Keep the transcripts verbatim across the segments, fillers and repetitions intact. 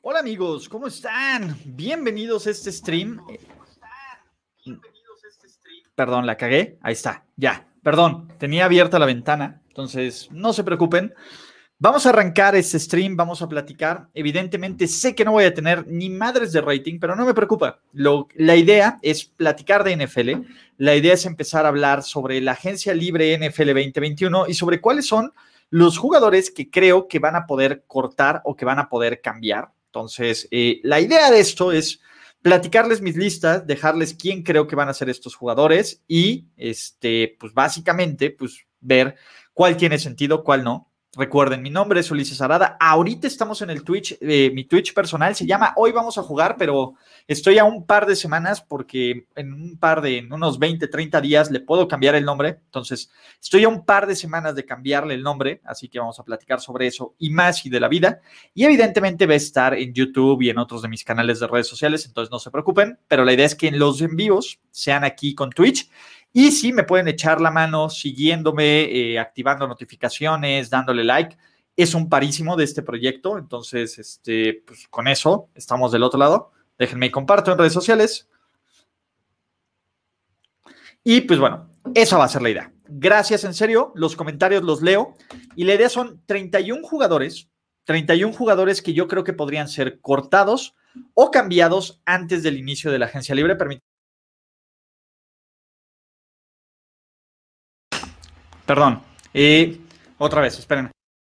Hola amigos, ¿cómo están? Bienvenidos a este stream. Perdón, la cagué. Ahí está, ya. Perdón, tenía abierta la ventana, entonces no se preocupen. Vamos a arrancar este stream, vamos a platicar. Evidentemente sé que no voy a tener ni madres de rating, pero no me preocupa. Lo, la idea es platicar de N F L. La idea es empezar a hablar sobre la agencia libre N F L veinte veintiuno y sobre cuáles son los jugadores que creo que van a poder cortar o que van a poder cambiar. Entonces, eh, la idea de esto es platicarles mis listas, dejarles quién creo que van a ser estos jugadores y, este, pues básicamente, pues ver cuál tiene sentido, cuál no. Recuerden, mi nombre es Ulises Arada. Ahorita estamos en el Twitch, eh, mi Twitch personal se llama Hoy Vamos a Jugar, pero estoy a un par de semanas porque en un par de, en unos veinte, treinta días le puedo cambiar el nombre. Entonces, estoy a un par de semanas de cambiarle el nombre, así que vamos a platicar sobre eso y más y de la vida. Y evidentemente va a estar en YouTube y en otros de mis canales de redes sociales, entonces no se preocupen, pero la idea es que en los en vivos sean aquí con Twitch. Y sí, me pueden echar la mano siguiéndome, eh, activando notificaciones, dándole like. Es un parísimo de este proyecto. Entonces, este, pues con eso estamos del otro lado. Déjenme y comparto en redes sociales. Y pues bueno, esa va a ser la idea. Gracias, en serio. Los comentarios los leo. Y la idea son treinta y un jugadores, treinta y un jugadores que yo creo que podrían ser cortados o cambiados antes del inicio de la agencia libre. Permítanme. Perdón. Eh, otra vez, espérenme.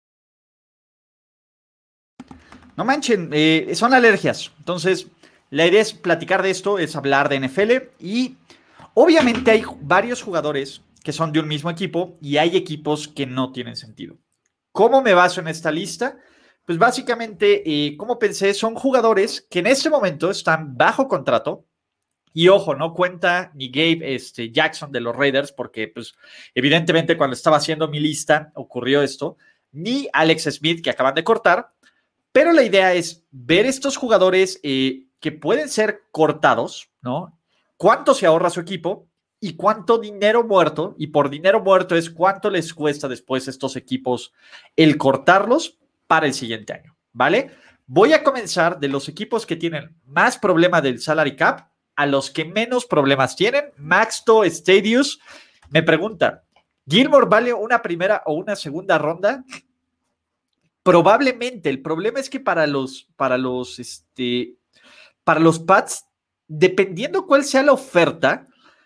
No manchen, eh, son alergias. Entonces, la idea es platicar de esto, es hablar de N F L y obviamente hay varios jugadores que son de un mismo equipo y hay equipos que no tienen sentido. ¿Cómo me baso en esta lista? Pues básicamente, eh, como pensé, son jugadores que en este momento están bajo contrato. Y ojo, no cuenta ni Gabe este, Jackson de los Raiders, porque pues evidentemente cuando estaba haciendo mi lista ocurrió esto, ni Alex Smith que acaban de cortar, pero la idea es ver estos jugadores eh, que pueden ser cortados, ¿no? ¿Cuánto se ahorra su equipo? Y cuánto dinero muerto, y por dinero muerto es cuánto les cuesta después a estos equipos el cortarlos para el siguiente año, ¿vale? Voy a comenzar de los equipos que tienen más problema del salary cap a los que menos problemas tienen. Maxto Stadius me pregunta, ¿Gilmore vale una primera o una segunda ronda? Probablemente. El problema es que para los, para los, este, para los Pats, dependiendo cuál sea la oferta,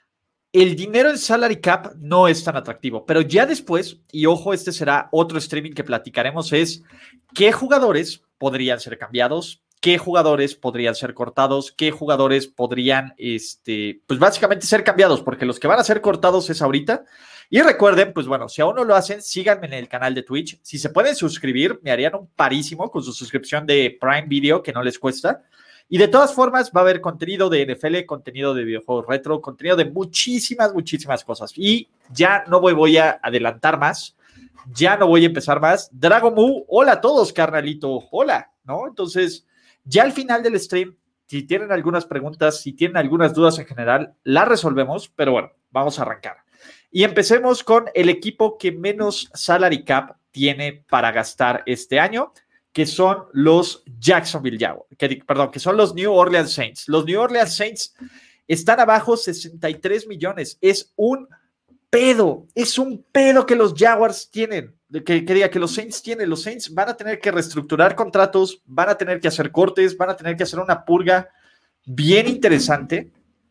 el dinero en salary cap no es tan atractivo. Pero ya después, y ojo, este será otro streaming que platicaremos, es qué jugadores podrían ser cambiados, qué jugadores podrían ser cortados, qué jugadores podrían, este, pues básicamente ser cambiados, porque los que van a ser cortados es ahorita. Y recuerden, pues bueno, si aún no lo hacen, síganme en el canal de Twitch. Si se pueden suscribir, me harían un parísimo con su suscripción de Prime Video, que no les cuesta. Y de todas formas, va a haber contenido de N F L, contenido de videojuegos retro, contenido de muchísimas, muchísimas cosas. Y ya no voy, voy a adelantar más, ya no voy a empezar más. Dragon Mu, hola a todos, carnalito, hola, ¿no? Entonces, ya al final del stream, si tienen algunas preguntas, si tienen algunas dudas en general, las resolvemos, pero bueno, vamos a arrancar. Y empecemos con el equipo que menos salary cap tiene para gastar este año, que son los Jacksonville Jaguars, que, perdón, que son los New Orleans Saints. Los New Orleans Saints están abajo sesenta y tres millones. Es un pedo, es un pedo que los Jaguars tienen, que, que diga que los Saints tienen. Los Saints van a tener que reestructurar contratos, van a tener que hacer cortes, van a tener que hacer una purga bien interesante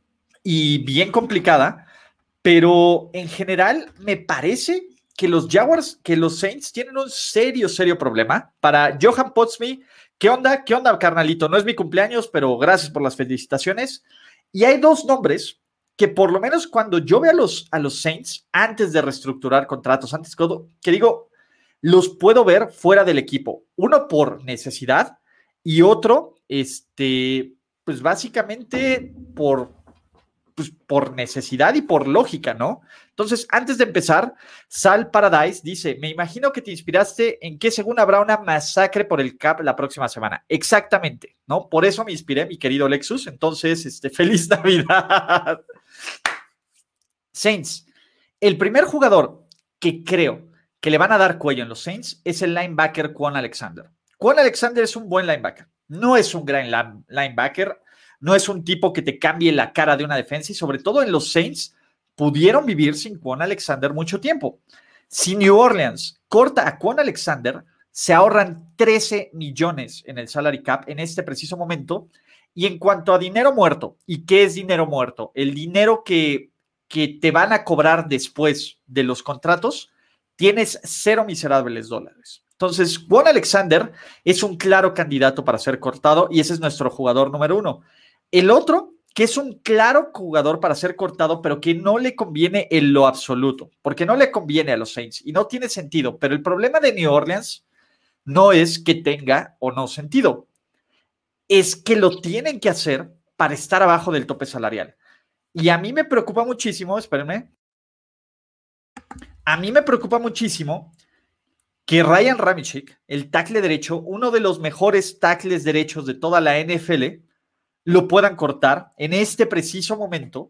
y bien complicada. Pero en general me parece que los Jaguars, que los Saints tienen un serio, serio problema. Para Johan Potsmy, ¿qué onda? ¿Qué onda, carnalito? No es mi cumpleaños, pero gracias por las felicitaciones. Y hay dos nombres que por lo menos cuando yo veo a los, a los Saints, antes de reestructurar contratos, antes de todo, que digo, los puedo ver fuera del equipo. Uno por necesidad y otro, este, pues básicamente por... pues por necesidad y por lógica, ¿no? Entonces, antes de empezar, Sal Paradise dice, me imagino que te inspiraste en que según habrá una masacre por el cap la próxima semana. Exactamente, ¿no? Por eso me inspiré, mi querido Lexus. Entonces, este, feliz Navidad. Saints, el primer jugador que creo que le van a dar cuello en los Saints es el linebacker Kwon Alexander. Kwon Alexander es un buen linebacker. No es un gran linebacker, no es un tipo que te cambie la cara de una defensa y sobre todo en los Saints pudieron vivir sin Kwon Alexander mucho tiempo. Si New Orleans corta a Kwon Alexander, se ahorran trece millones en el salary cap en este preciso momento. Y en cuanto a dinero muerto, ¿y qué es dinero muerto? El dinero que, que te van a cobrar después de los contratos, tienes cero miserables dólares. Entonces, Kwon Alexander es un claro candidato para ser cortado y ese es nuestro jugador número uno. El otro, que es un claro jugador para ser cortado, pero que no le conviene en lo absoluto, porque no le conviene a los Saints y no tiene sentido. Pero el problema de New Orleans no es que tenga o no sentido, es que lo tienen que hacer para estar abajo del tope salarial. Y a mí me preocupa muchísimo, espérenme, a mí me preocupa muchísimo que Ryan Ramczyk, el tackle derecho, uno de los mejores tackles derechos de toda la N F L, lo puedan cortar en este preciso momento.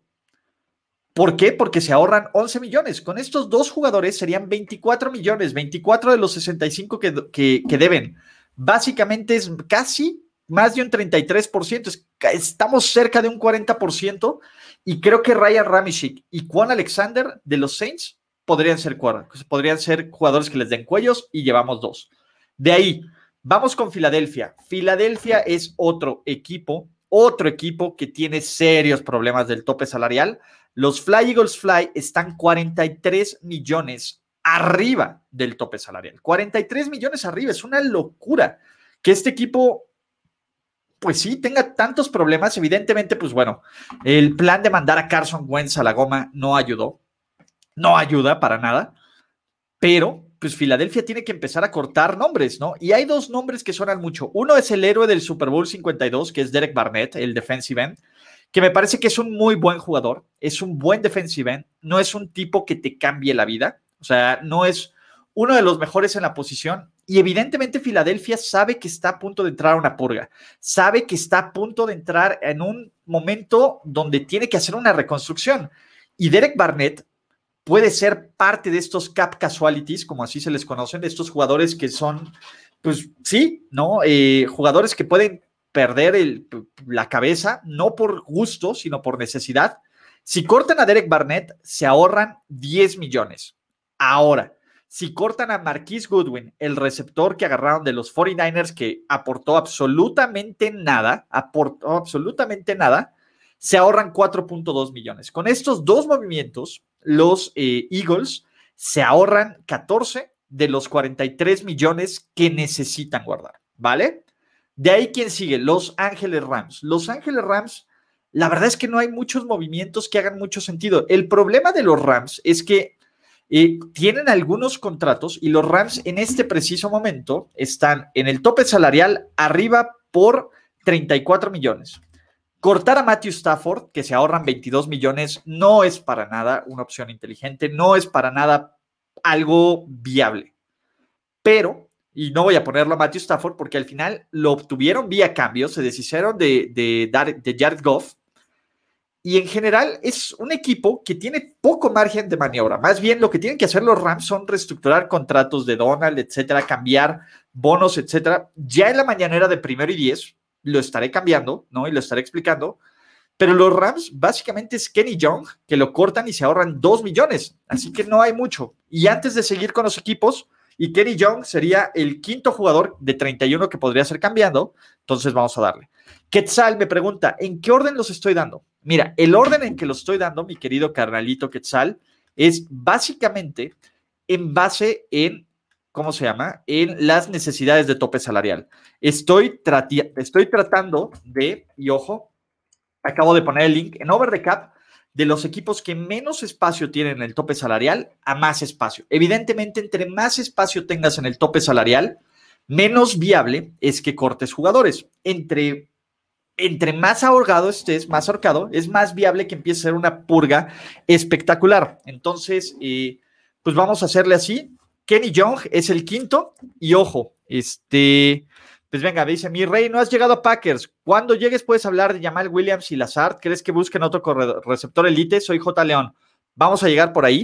¿Por qué? Porque se ahorran once millones. Con estos dos jugadores serían veinticuatro millones, veinticuatro de los sesenta y cinco que, que, que deben. Básicamente es casi más de un treinta y tres por ciento. Es, estamos cerca de un cuarenta por ciento y creo que Ryan Ramczyk y Kwon Alexander de los Saints podrían ser, podrían ser jugadores que les den cuellos y llevamos dos. De ahí, vamos con Filadelfia. Filadelfia es otro equipo, otro equipo que tiene serios problemas del tope salarial. Los Fly Eagles Fly están cuarenta y tres millones arriba del tope salarial. cuarenta y tres millones arriba, es una locura que este equipo, pues sí, tenga tantos problemas. Evidentemente, pues bueno, el plan de mandar a Carson Wentz a la goma no ayudó. No ayuda para nada, pero pues Filadelfia tiene que empezar a cortar nombres, ¿no? Y hay dos nombres que suenan mucho. Uno es el héroe del Super Bowl cincuenta y dos, que es Derek Barnett, el defensive end, que me parece que es un muy buen jugador, es un buen defensive end, no es un tipo que te cambie la vida, o sea, no es uno de los mejores en la posición, y evidentemente Filadelfia sabe que está a punto de entrar a una purga, sabe que está a punto de entrar en un momento donde tiene que hacer una reconstrucción, y Derek Barnett puede ser parte de estos cap casualties, como así se les conocen, de estos jugadores que son, pues sí, ¿no? Eh, jugadores que pueden perder el, la cabeza, no por gusto, sino por necesidad. Si cortan a Derek Barnett, se ahorran diez millones. Ahora, si cortan a Marquise Goodwin, el receptor que agarraron de los cuarenta y nueve ers, que aportó absolutamente nada, aportó absolutamente nada, se ahorran cuatro punto dos millones. Con estos dos movimientos, los eh, Eagles se ahorran catorce de los cuarenta y tres millones que necesitan guardar, ¿vale? De ahí, ¿quién sigue? Los Ángeles Rams. Los Ángeles Rams, la verdad es que no hay muchos movimientos que hagan mucho sentido. El problema de los Rams es que eh, tienen algunos contratos y los Rams en este preciso momento están en el tope salarial arriba por treinta y cuatro millones. Cortar a Matthew Stafford, que se ahorran veintidós millones, no es para nada una opción inteligente, no es para nada algo viable. Pero, y no voy a ponerlo a Matthew Stafford porque al final lo obtuvieron vía cambio, se deshicieron de, de, de Jared Goff, y en general es un equipo que tiene poco margen de maniobra. Más bien lo que tienen que hacer los Rams son reestructurar contratos de Donald, etcétera, cambiar bonos, etcétera. Ya en la mañanera de primero y diez lo estaré cambiando, ¿no? Y lo estaré explicando. Pero los Rams básicamente es Kenny Young, que lo cortan y se ahorran dos millones. Así que no hay mucho. Y antes de seguir con los equipos, y Kenny Young sería el quinto jugador de treinta y uno que podría ser cambiando, entonces vamos a darle. Quetzal me pregunta, ¿en qué orden los estoy dando? Mira, el orden en que los estoy dando, mi querido carnalito Quetzal, es básicamente en base en, ¿cómo se llama? En las necesidades de tope salarial. Estoy, trati- estoy tratando de, y ojo, acabo de poner el link en Over the Cap, de los equipos que menos espacio tienen en el tope salarial a más espacio. Evidentemente, entre más espacio tengas en el tope salarial, menos viable es que cortes jugadores. Entre, entre más ahorcado estés, más ahorcado, es más viable que empiece a ser una purga espectacular. Entonces, eh, pues vamos a hacerle así. Kenny Young es el quinto y ojo, este... Pues venga, dice, mi rey, no has llegado a Packers. Cuando llegues puedes hablar de Jamal Williams y Lazard. ¿Crees que busquen otro corredor, receptor elite? Soy J. León. Vamos a llegar por ahí.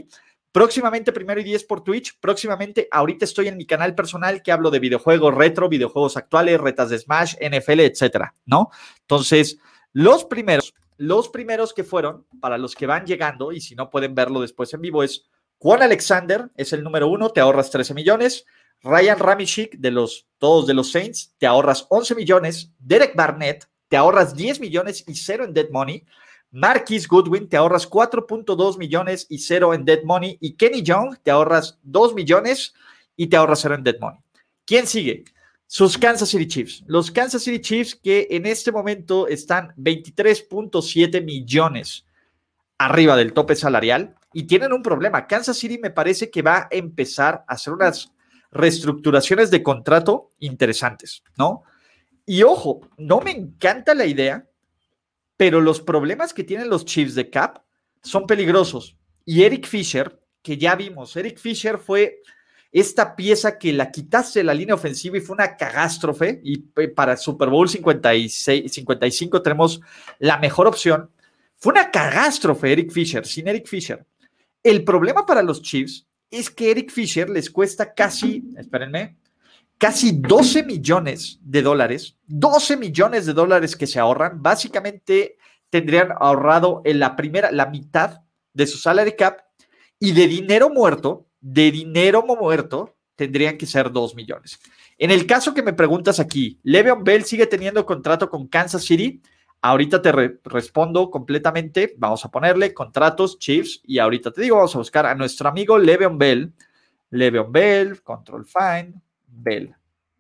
Próximamente Primero y Diez por Twitch. Próximamente, ahorita estoy en mi canal personal que hablo de videojuegos retro, videojuegos actuales, retas de Smash, N F L, etcétera, ¿no? Entonces, los primeros, los primeros que fueron, para los que van llegando, y si no pueden verlo después en vivo, es Juan Alexander, es el número uno, te ahorras trece millones. Ryan Ramczyk, de los, todos de los Saints, te ahorras once millones. Derek Barnett, te ahorras diez millones y cero en dead money. Marquise Goodwin, te ahorras cuatro punto dos millones y cero en dead money. Y Kenny Young, te ahorras dos millones y te ahorras cero en dead money. ¿Quién sigue? Sus Kansas City Chiefs. Los Kansas City Chiefs que en este momento están veintitrés punto siete millones arriba del tope salarial y tienen un problema. Kansas City me parece que va a empezar a hacer unas reestructuraciones de contrato interesantes, ¿no? Y ojo, no me encanta la idea, pero los problemas que tienen los Chiefs de cap son peligrosos. Y Eric Fisher, que ya vimos, Eric Fisher fue esta pieza que la quitaste de la línea ofensiva y fue una cagástrofe, y para Super Bowl cincuenta y seis, cincuenta y cinco tenemos la mejor opción. Fue una cagástrofe Eric Fisher, sin Eric Fisher. El problema para los Chiefs es que Eric Fisher les cuesta casi, espérenme, casi doce millones de dólares, doce millones de dólares que se ahorran. Básicamente tendrían ahorrado en la primera, la mitad de su salary cap, y de dinero muerto, de dinero muerto, tendrían que ser dos millones. En el caso que me preguntas aquí, ¿Le'Veon Bell sigue teniendo contrato con Kansas City? Ahorita te re- respondo completamente. Vamos a ponerle contratos Chiefs y ahorita te digo, vamos a buscar a nuestro amigo Le'Veon Bell. Le'Veon Bell, Control Find, Bell.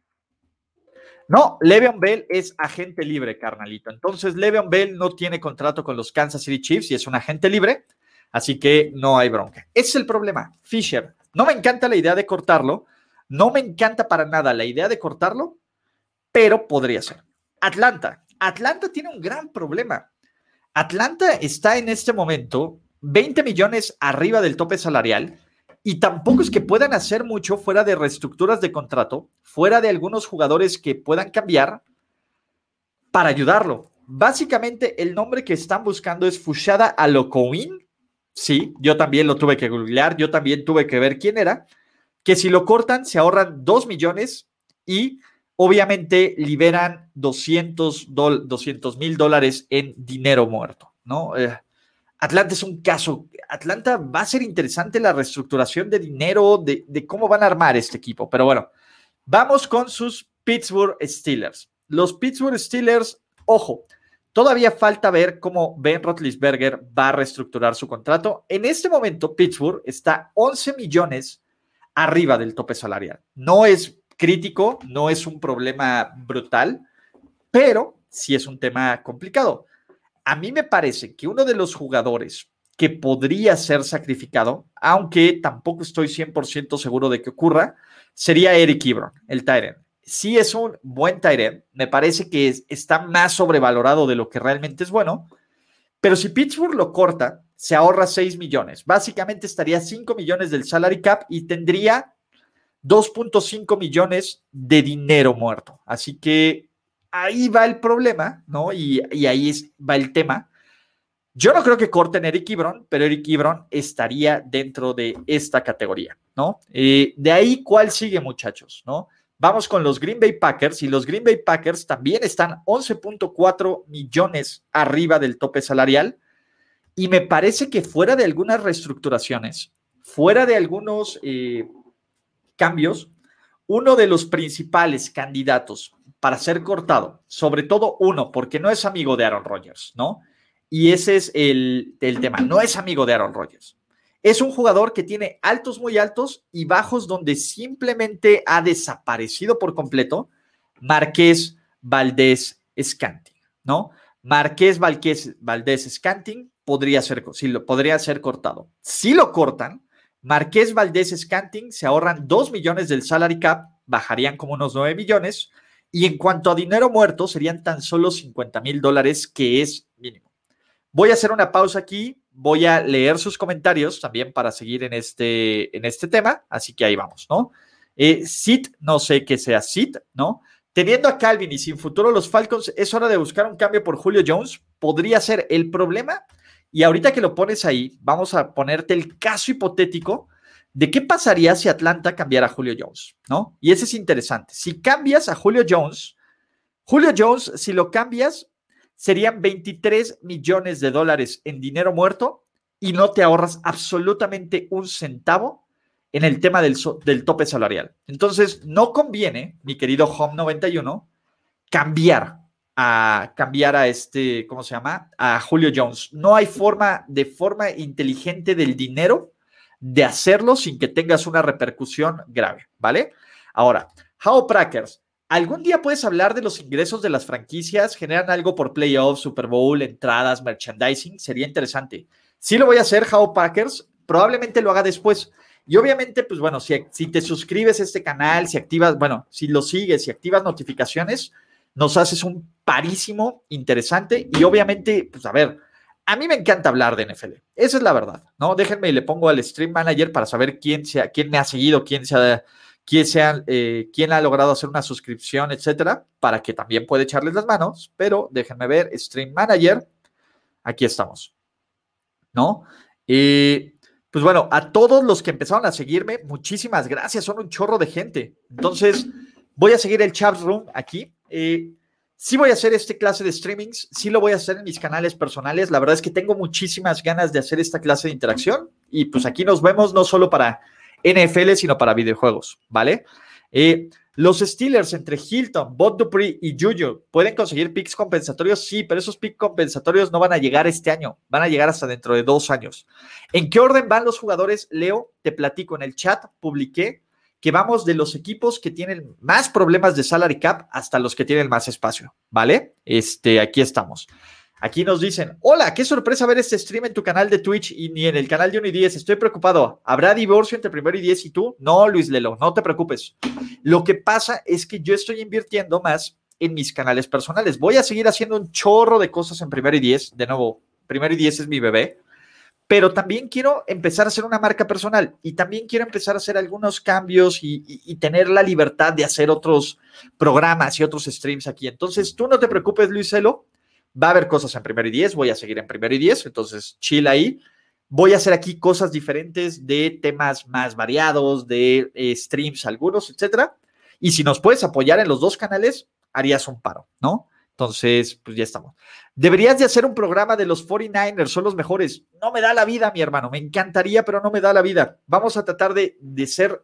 No, Le'Veon Bell es agente libre, carnalito. Entonces, Le'Veon Bell no tiene contrato con los Kansas City Chiefs y es un agente libre, así que no hay bronca. Ese es el problema. Fisher, no me encanta la idea de cortarlo, no me encanta para nada la idea de cortarlo, pero podría ser. Atlanta. Atlanta tiene un gran problema. Atlanta está en este momento veinte millones arriba del tope salarial y tampoco es que puedan hacer mucho fuera de reestructuras de contrato, fuera de algunos jugadores que puedan cambiar para ayudarlo. Básicamente el nombre que están buscando es Fushada Alokoin. Sí, yo también lo tuve que googlear, yo también tuve que ver quién era, que si lo cortan se ahorran dos millones y obviamente liberan doscientos mil dólares en dinero muerto, ¿no? Eh, Atlanta es un caso. Atlanta va a ser interesante la reestructuración de dinero, de, de cómo van a armar este equipo. Pero bueno, vamos con sus Pittsburgh Steelers. Los Pittsburgh Steelers, ojo, todavía falta ver cómo Ben Roethlisberger va a reestructurar su contrato. En este momento, Pittsburgh está once millones arriba del tope salarial. No es crítico, no es un problema brutal, pero sí es un tema complicado. A mí me parece que uno de los jugadores que podría ser sacrificado, aunque tampoco estoy cien por ciento seguro de que ocurra, sería Eric Ebron, el tight end. Sí es un buen tight end, me parece que es, está más sobrevalorado de lo que realmente es bueno, pero si Pittsburgh lo corta, se ahorra seis millones. Básicamente estaría cinco millones del salary cap y tendría dos punto cinco millones de dinero muerto. Así que ahí va el problema, ¿no? Y, y ahí es, va el tema. Yo no creo que corten a Eric Ebron, pero Eric Ebron estaría dentro de esta categoría, ¿no? Eh, de ahí, ¿cuál sigue, muchachos? ¿No? Vamos con los Green Bay Packers, y los Green Bay Packers también están once punto cuatro millones arriba del tope salarial, y me parece que fuera de algunas reestructuraciones, fuera de algunos eh, cambios, uno de los principales candidatos para ser cortado, sobre todo uno, porque no es amigo de Aaron Rodgers, ¿no? Y ese es el, el tema, no es amigo de Aaron Rodgers. Es un jugador que tiene altos muy altos y bajos donde simplemente ha desaparecido por completo. Marqués Valdés Scantling, ¿no? Marqués Valdés, Valdés Scantling podría ser, sí, lo, podría ser cortado. Si lo cortan, Marqués Valdés Scantling se ahorran dos millones del salary cap, bajarían como unos nueve millones, y en cuanto a dinero muerto, serían tan solo cincuenta mil dólares, que es mínimo. Voy a hacer una pausa aquí, voy a leer sus comentarios también para seguir en este, en este tema, así que ahí vamos, ¿no? Eh, Sid, no sé qué sea Sid, ¿no? Teniendo a Calvin y sin futuro los Falcons, es hora de buscar un cambio por Julio Jones. Podría ser. El problema Y ahorita que lo pones ahí, vamos a ponerte el caso hipotético de qué pasaría si Atlanta cambiara a Julio Jones, ¿no? Y ese es interesante. Si cambias a Julio Jones, Julio Jones, si lo cambias, serían veintitrés millones de dólares en dinero muerto y no te ahorras absolutamente un centavo en el tema del, so, del tope salarial. Entonces, no conviene, mi querido Home noventa y uno, cambiar a cambiar a este, ¿cómo se llama? A Julio Jones. No hay forma, de forma inteligente del dinero de hacerlo sin que tengas una repercusión grave, ¿vale? Ahora, How Prackers, ¿algún día puedes hablar de los ingresos de las franquicias? ¿Generan algo por playoffs, Super Bowl, entradas, merchandising? Sería interesante. Sí lo voy a hacer, How Packers, probablemente lo haga después. Y obviamente, pues bueno, si, si te suscribes a este canal, si activas, bueno, si lo sigues, si activas notificaciones, nos haces un parísimo interesante y obviamente, pues a ver, a mí me encanta hablar de N F L, esa es la verdad, ¿no? Déjenme y le pongo al Stream Manager para saber quién, sea, quién me ha seguido, quién, se ha, quién, sea, eh, quién ha logrado hacer una suscripción, etcétera, para que también pueda echarles las manos, pero déjenme ver, Stream Manager, aquí estamos, ¿no? Eh, pues bueno, a todos los que empezaron a seguirme, muchísimas gracias, son un chorro de gente, entonces voy a seguir el chat room aquí. Eh, sí voy a hacer este clase de streamings, sí lo voy a hacer en mis canales personales. La verdad es que tengo muchísimas ganas de hacer esta clase de interacción y pues aquí nos vemos no solo para N F L, sino para videojuegos, ¿vale? Eh, los Steelers entre Hilton, Bud Dupree y Juju pueden conseguir picks compensatorios, sí, pero esos picks compensatorios no van a llegar este año, van a llegar hasta dentro de dos años. ¿En qué orden van los jugadores? Leo, te platico, en el chat publiqué que vamos de los equipos que tienen más problemas de salary cap hasta los que tienen más espacio, ¿vale? Este, aquí estamos. Aquí nos dicen, hola, qué sorpresa ver este stream en tu canal de Twitch y ni en el canal de uno y diez, estoy preocupado. ¿Habrá divorcio entre primero y diez y tú? No, Luis Lelo, no te preocupes. Lo que pasa es que yo estoy invirtiendo más en mis canales personales. Voy a seguir haciendo un chorro de cosas en primero y diez. De nuevo, primero y diez es mi bebé. Pero también quiero empezar a hacer una marca personal y también quiero empezar a hacer algunos cambios y, y, y tener la libertad de hacer otros programas y otros streams aquí. Entonces, tú no te preocupes, Luiselo, va a haber cosas en primero y diez, voy a seguir en primero y diez, entonces chill ahí. Voy a hacer aquí cosas diferentes de temas más variados, de eh, streams algunos, etcétera. Y si nos puedes apoyar en los dos canales, harías un paro, ¿no? Entonces, pues ya estamos. Deberías de hacer un programa de los cuarenta y nueve ers, son los mejores. No me da la vida, mi hermano. Me encantaría, pero no me da la vida. Vamos a tratar de, de ser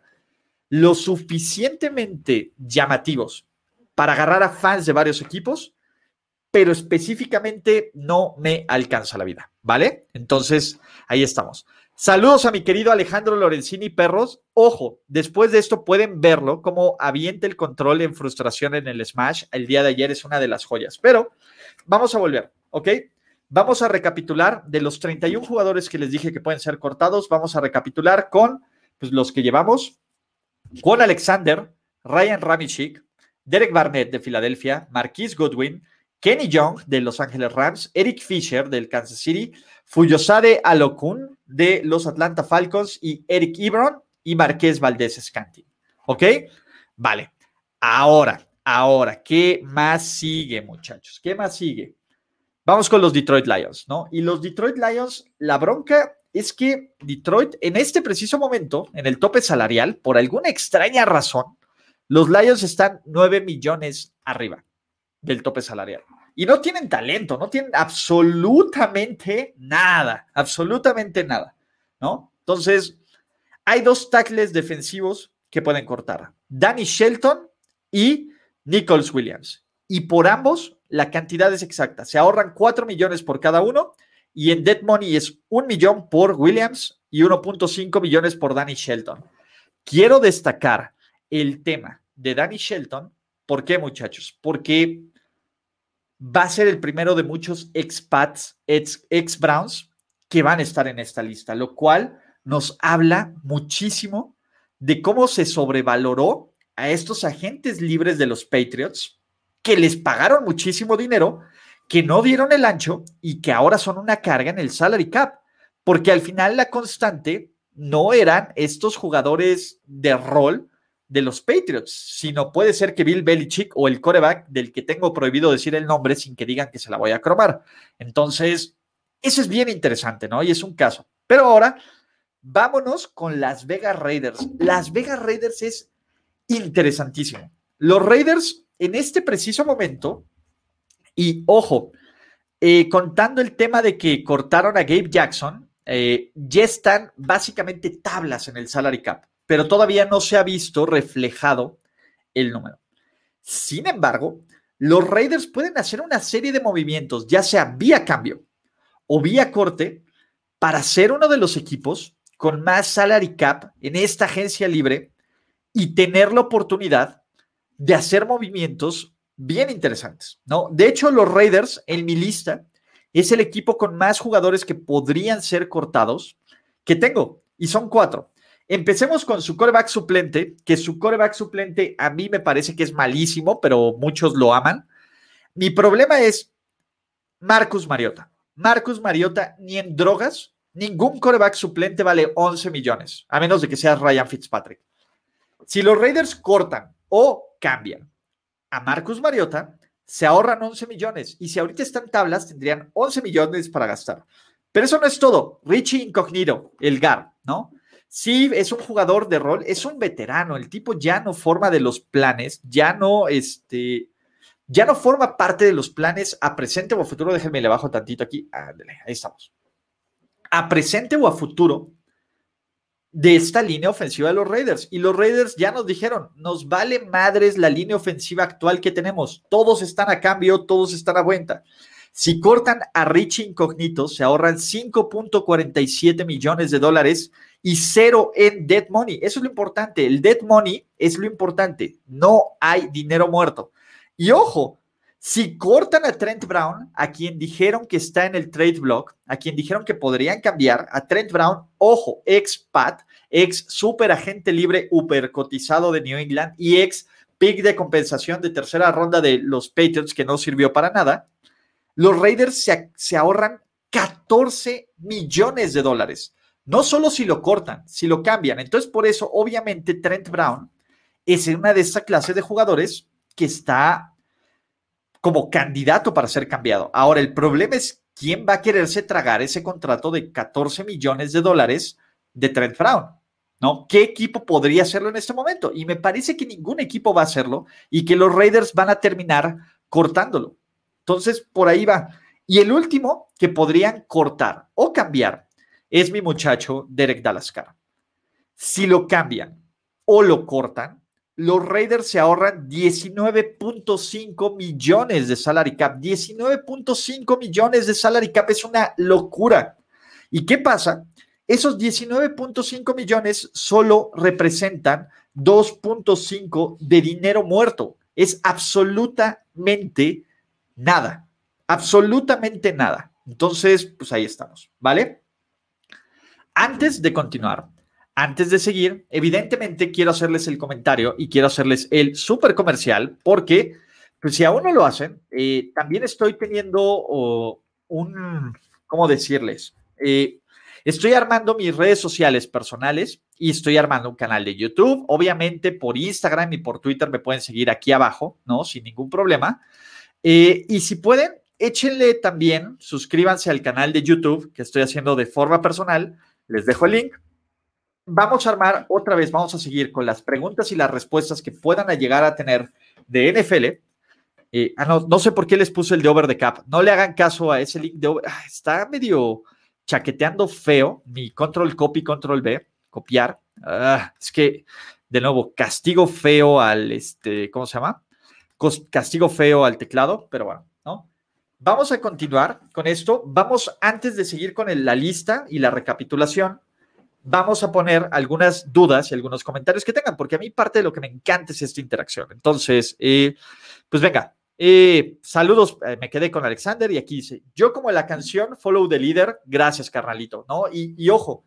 lo suficientemente llamativos para agarrar a fans de varios equipos, pero específicamente no me alcanza la vida, ¿vale? Entonces, ahí estamos. Saludos a mi querido Alejandro Lorenzini Perros. Ojo, después de esto pueden verlo como avienta el control en frustración en el Smash. El día de ayer es una de las joyas, pero vamos a volver, ¿ok? Vamos a recapitular de los treinta y uno jugadores que les dije que pueden ser cortados. Vamos a recapitular con pues, los que llevamos. Con Alexander, Ryan Ramczyk, Derek Barnett de Filadelfia, Marquise Goodwin, Kenny Young de Los Ángeles Rams, Eric Fisher del Kansas City, Fuyosade Alokun de los Atlanta Falcons y Eric Ebron y Marqués Valdés Scantling. ¿Ok? Vale. Ahora, ahora, ¿qué más sigue, muchachos? ¿Qué más sigue? Vamos con los Detroit Lions, ¿no? Y los Detroit Lions, la bronca es que Detroit, en este preciso momento, en el tope salarial, por alguna extraña razón, los Lions están nueve millones arriba del tope salarial. Y no tienen talento, no tienen absolutamente nada, absolutamente nada, ¿no? Entonces, hay dos tackles defensivos que pueden cortar, Danny Shelton y Nichols Williams. Y por ambos, la cantidad es exacta. Se ahorran cuatro millones por cada uno y en dead money es un millón por Williams y uno punto cinco millones por Danny Shelton. Quiero destacar el tema de Danny Shelton. ¿Por qué, muchachos? Porque va a ser el primero de muchos expats, ex, ex Browns que van a estar en esta lista, lo cual nos habla muchísimo de cómo se sobrevaloró a estos agentes libres de los Patriots que les pagaron muchísimo dinero, que no dieron el ancho y que ahora son una carga en el salary cap, porque al final la constante no eran estos jugadores de rol de los Patriots, sino puede ser que Bill Belichick o el quarterback del que tengo prohibido decir el nombre sin que digan que se la voy a cromar. Entonces, Eso es bien interesante, ¿no? Y es un caso. Pero ahora, vámonos con Las Vegas Raiders. Las Vegas Raiders es interesantísimo. Los Raiders, en este preciso momento, y ojo, eh, contando el tema de que cortaron a Gabe Jackson, eh, ya están básicamente tablas en el salary cap, pero todavía no se ha visto reflejado el número. Sin embargo, los Raiders pueden hacer una serie de movimientos, ya sea vía cambio o vía corte, para ser uno de los equipos con más salary cap en esta agencia libre y tener la oportunidad de hacer movimientos bien interesantes, ¿no? De hecho, los Raiders, en mi lista, es el equipo con más jugadores que podrían ser cortados que tengo, y son cuatro. Empecemos con su quarterback suplente, que su quarterback suplente a mí me parece que es malísimo, pero muchos lo aman. Mi problema es Marcus Mariota. Marcus Mariota, ni en drogas, ningún quarterback suplente vale once millones, a menos de que sea Ryan Fitzpatrick. Si los Raiders cortan o cambian a Marcus Mariota, se ahorran once millones. Y si ahorita están tablas, tendrían once millones para gastar. Pero eso no es todo. Richie Incognito, el G A R, ¿no? Sí, es un jugador de rol, es un veterano. El tipo ya no forma de los planes, ya no, este, ya no forma parte de los planes a presente o a futuro. Déjenme le bajo tantito aquí. Ándale, ahí estamos. A presente o a futuro de esta línea ofensiva de los Raiders. Y los Raiders ya nos dijeron, nos vale madres la línea ofensiva actual que tenemos. Todos están a cambio, todos están a vuelta. Si cortan a Richie Incognito, se ahorran cinco punto cuarenta y siete millones de dólares y cero en dead money. Eso es lo importante. El dead money es lo importante. No hay dinero muerto. Y ojo, si cortan a Trent Brown, a quien dijeron que está en el trade block, a quien dijeron que podrían cambiar, a Trent Brown, ojo, ex Pat, ex super agente libre, super cotizado de New England y ex pick de compensación de tercera ronda de los Patriots, que no sirvió para nada, los Raiders se, se ahorran catorce millones de dólares. No solo si lo cortan, si lo cambian. Entonces, por eso, obviamente, Trent Brown es una de esa clase de jugadores que está como candidato para ser cambiado. Ahora, el problema es quién va a quererse tragar ese contrato de catorce millones de dólares de Trent Brown, ¿no? ¿Qué equipo podría hacerlo en este momento? Y me parece que ningún equipo va a hacerlo y que los Raiders van a terminar cortándolo. Entonces, por ahí va. Y el último que podrían cortar o cambiar es mi muchacho Derek Dalascar. Si lo cambian o lo cortan, los Raiders se ahorran diecinueve punto cinco millones de salary cap. diecinueve punto cinco millones de salary cap es una locura. ¿Y qué pasa? Esos diecinueve punto cinco millones solo representan dos punto cinco de dinero muerto. Es absolutamente nada. Absolutamente nada. Entonces, pues ahí estamos, ¿vale? Antes de continuar, antes de seguir, evidentemente quiero hacerles el comentario y quiero hacerles el súper comercial porque, pues si aún no lo hacen, eh, también estoy teniendo oh, un, ¿cómo decirles? Eh, estoy armando mis redes sociales personales y estoy armando un canal de YouTube. Obviamente por Instagram y por Twitter me pueden seguir aquí abajo, ¿no? Sin ningún problema. Eh, y si pueden, échenle también, suscríbanse al canal de YouTube que estoy haciendo de forma personal. Les dejo el link. Vamos a armar otra vez, vamos a seguir con las preguntas y las respuestas que puedan llegar a tener de N F L. Eh, ah, no, no sé por qué les puse el de Over the Cap. No le hagan caso a ese link de over. Ah, está medio chaqueteando feo. Mi control copy, control B, copiar. Ah, es que, de nuevo, castigo feo al, este, ¿cómo se llama? Castigo feo al teclado, pero bueno, ¿no? Vamos a continuar con esto. Vamos, antes de seguir con el, la lista y la recapitulación, vamos a poner algunas dudas y algunos comentarios que tengan, porque a mí parte de lo que me encanta es esta interacción. Entonces, eh, pues venga, eh, saludos, eh, me quedé con Alexander y aquí dice, yo como la canción Follow the Leader, gracias carnalito, ¿no? Y, y ojo,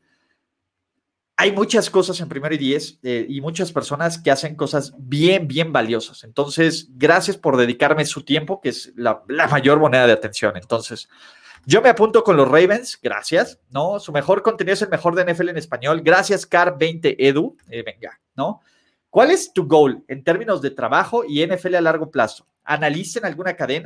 hay muchas cosas en Primero y Diez eh, y muchas personas que hacen cosas bien, bien valiosas. Entonces, gracias por dedicarme su tiempo, que es la, la mayor moneda de atención. Entonces, yo me apunto con los Ravens, gracias, ¿no? Su mejor contenido es el mejor de N F L en español. Gracias, Car veinte Edu. Eh, venga, ¿no? ¿Cuál es tu goal en términos de trabajo y N F L a largo plazo? ¿Analicen alguna cadena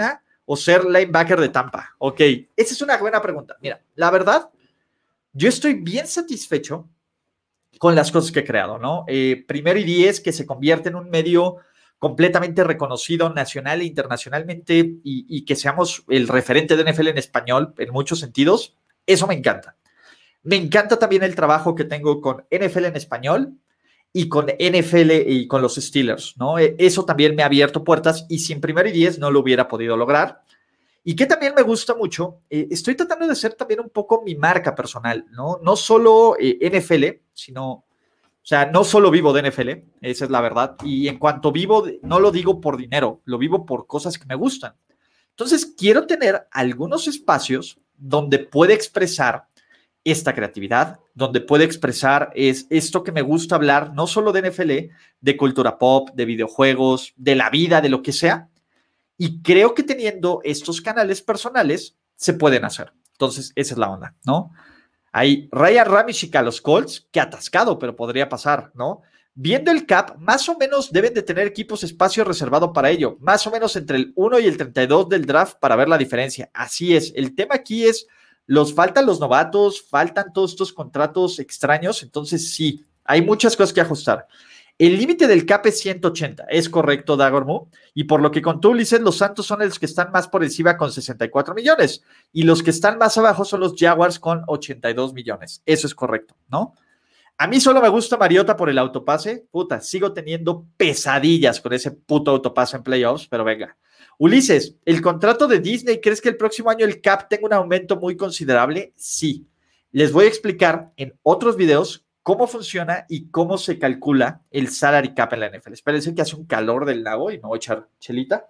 o ser linebacker de Tampa? Ok, esa es una buena pregunta. Mira, la verdad, yo estoy bien satisfecho con las cosas que he creado, ¿no? Eh, primero y diez, que se convierte en un medio completamente reconocido nacional e internacionalmente y, y que seamos el referente de N F L en español en muchos sentidos, eso me encanta. Me encanta también el trabajo que tengo con N F L en español y con N F L y con los Steelers, ¿no? Eso también me ha abierto puertas y sin primero y diez no lo hubiera podido lograr. Y que también me gusta mucho, eh, estoy tratando de ser también un poco mi marca personal, ¿no? No solo eh, N F L, sino, o sea, no solo vivo de N F L, esa es la verdad. Y en cuanto vivo, no lo digo por dinero, lo vivo por cosas que me gustan. Entonces, quiero tener algunos espacios donde pueda expresar esta creatividad, donde puede expresar es esto que me gusta hablar, no solo de N F L, de cultura pop, de videojuegos, de la vida, de lo que sea. Y creo que teniendo estos canales personales se pueden hacer. Entonces, esa es la onda, ¿no? Hay Ryan Ramchick a los Colts, que atascado, pero podría pasar, ¿no? Viendo el cap, más o menos deben de tener equipos espacio reservado para ello, más o menos entre el uno y el treinta y dos del draft para ver la diferencia. Así es, el tema aquí es, los faltan los novatos, faltan todos estos contratos extraños, entonces sí, hay muchas cosas que ajustar. El límite del cap es ciento ochenta, es correcto, Dagormu, y por lo que contó Ulises, los Santos son los que están más por encima con sesenta y cuatro millones, y los que están más abajo son los Jaguars con ochenta y dos millones, eso es correcto, ¿no? A mí solo me gusta Mariota por el autopase, puta, sigo teniendo pesadillas con ese puto autopase en playoffs, pero venga. Ulises, ¿el contrato de Disney, crees que el próximo año el cap tenga un aumento muy considerable? Sí, les voy a explicar en otros videos cómo funciona y cómo se calcula el salary cap en la N F L. Espérense que hace un calor del lago y me voy a echar chelita.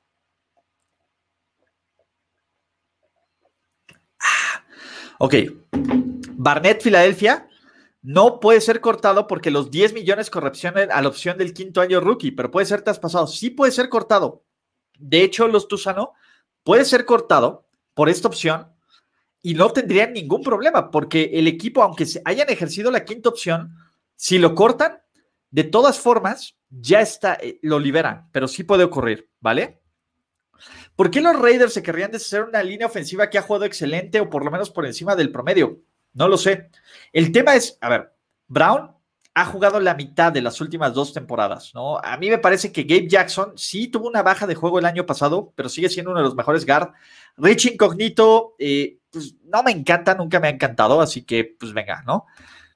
Ah, ok. Barnett, Filadelfia, no puede ser cortado porque los diez millones corresponden a la opción del quinto año rookie, pero puede ser traspasado. Sí puede ser cortado. De hecho, los Tuzano puede ser cortado por esta opción y no tendrían ningún problema, porque el equipo, aunque se hayan ejercido la quinta opción, si lo cortan, de todas formas, ya está, eh, lo liberan, pero sí puede ocurrir, ¿vale? ¿Por qué los Raiders se querrían deshacer una línea ofensiva que ha jugado excelente o por lo menos por encima del promedio? No lo sé. El tema es, a ver, Brown ha jugado la mitad de las últimas dos temporadas, ¿no? A mí me parece que Gabe Jackson sí tuvo una baja de juego el año pasado, pero sigue siendo uno de los mejores guard. Rich Incognito, eh, pues no me encanta, nunca me ha encantado, así que pues venga, ¿no?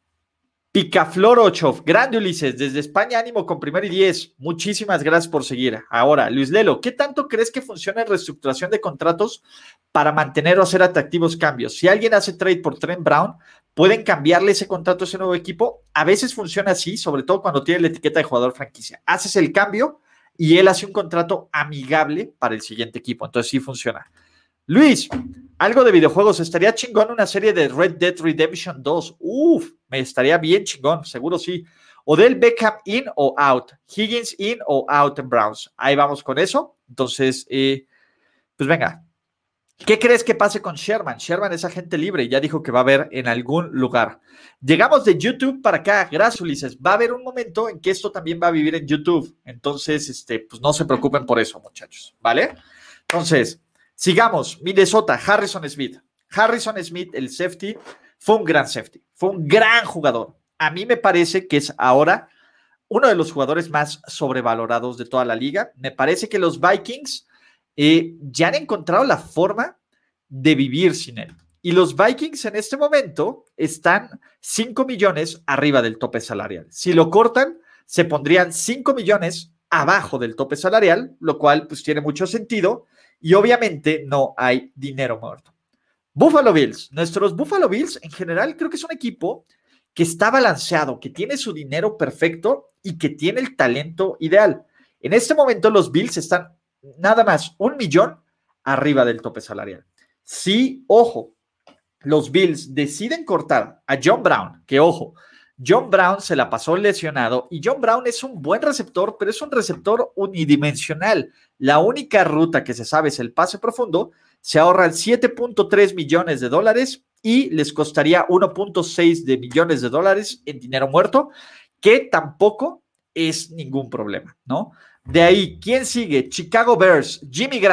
Picaflor ocho, grande Ulises, desde España, ánimo con primero y diez. Muchísimas gracias por seguir. Ahora, Luis Lelo, ¿qué tanto crees que funciona en reestructuración de contratos para mantener o hacer atractivos cambios? Si alguien hace trade por Trent Brown, ¿pueden cambiarle ese contrato a ese nuevo equipo? A veces funciona así, sobre todo cuando tiene la etiqueta de jugador franquicia. Haces el cambio y él hace un contrato amigable para el siguiente equipo. Entonces sí funciona. Luis, algo de videojuegos. Estaría chingón una serie de Red Dead Redemption dos. Uf, me estaría bien chingón, seguro sí. Odell Beckham in o out. Higgins in o out en Browns. Ahí vamos con eso. Entonces, eh, pues venga. ¿Qué crees que pase con Sherman? Sherman es agente libre y ya dijo que va a haber en algún lugar. Llegamos de YouTube para acá. Gracias, Ulises. Va a haber un momento en que esto también va a vivir en YouTube. Entonces, este, pues no se preocupen por eso, muchachos. ¿Vale? Entonces, sigamos. Minnesota, Harrison Smith. Harrison Smith, el safety, fue un gran safety. Fue un gran jugador. A mí me parece que es ahora uno de los jugadores más sobrevalorados de toda la liga. Me parece que los Vikings eh, ya han encontrado la forma de vivir sin él. Y los Vikings en este momento están cinco millones arriba del tope salarial. Si lo cortan, se pondrían cinco millones abajo del tope salarial, lo cual pues tiene mucho sentido. Y obviamente no hay dinero muerto. Buffalo Bills. Nuestros Buffalo Bills en general creo que es un equipo que está balanceado, que tiene su dinero perfecto y que tiene el talento ideal. En este momento los Bills están nada más un millón arriba del tope salarial. Sí, ojo, los Bills deciden cortar a John Brown, que ojo, John Brown se la pasó lesionado y John Brown es un buen receptor, pero es un receptor unidimensional. La única ruta que se sabe es el pase profundo. Se ahorran siete punto tres millones de dólares y les costaría uno punto seis de millones de dólares en dinero muerto, que tampoco es ningún problema, ¿no? De ahí, ¿quién sigue? Chicago Bears, Jimmy Graham.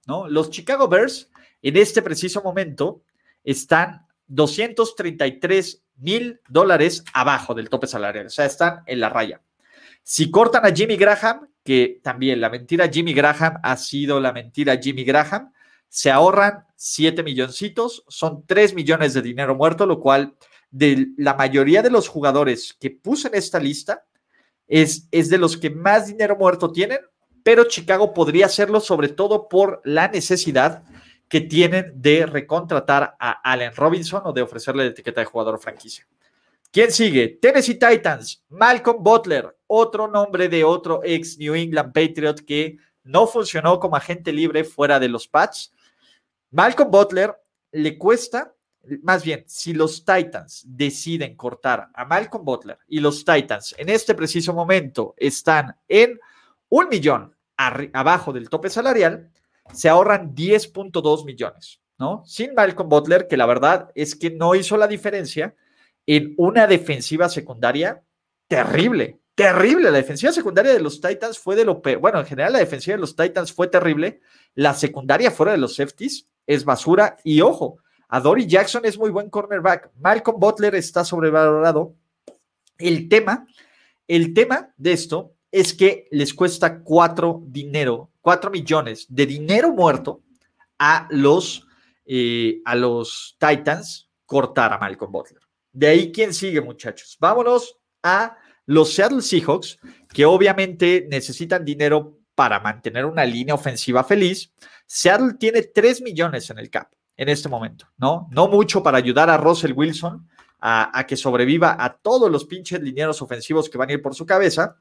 ¿no? Los Chicago Bears en este preciso momento están doscientos treinta y tres mil dólares abajo del tope salarial, o sea, están en la raya. Si cortan a Jimmy Graham, que también la mentira Jimmy Graham ha sido la mentira Jimmy Graham, se ahorran siete milloncitos, son tres millones de dinero muerto, lo cual de la mayoría de los jugadores que puse en esta lista es, es de los que más dinero muerto tienen, pero Chicago podría hacerlo sobre todo por la necesidad que tienen de recontratar a Allen Robinson o de ofrecerle la etiqueta de jugador franquicia. ¿Quién sigue? Tennessee Titans, Malcolm Butler, otro nombre de otro ex New England Patriot que no funcionó como agente libre fuera de los Pats. Malcolm Butler le cuesta, más bien, si los Titans deciden cortar a Malcolm Butler y los Titans en este preciso momento están en un millón abajo del tope salarial, se ahorran diez punto dos millones, ¿no? Sin Malcolm Butler, que la verdad es que no hizo la diferencia en una defensiva secundaria terrible, terrible. La defensiva secundaria de los Titans fue de lo peor. Bueno, en general la defensiva de los Titans fue terrible. La secundaria fuera de los safeties es basura. Y ojo, Adoree Jackson es muy buen cornerback. Malcolm Butler está sobrevalorado. El tema, el tema de esto es que les cuesta cuatro dinero, cuatro millones de dinero muerto a los, eh, a los Titans cortar a Malcolm Butler. De ahí, ¿quién sigue, muchachos? Vámonos a los Seattle Seahawks, que obviamente necesitan dinero para mantener una línea ofensiva feliz. Seattle tiene tres millones en el cap en este momento, ¿no? No mucho para ayudar a Russell Wilson a, a que sobreviva a todos los pinches linieros ofensivos que van a ir por su cabeza.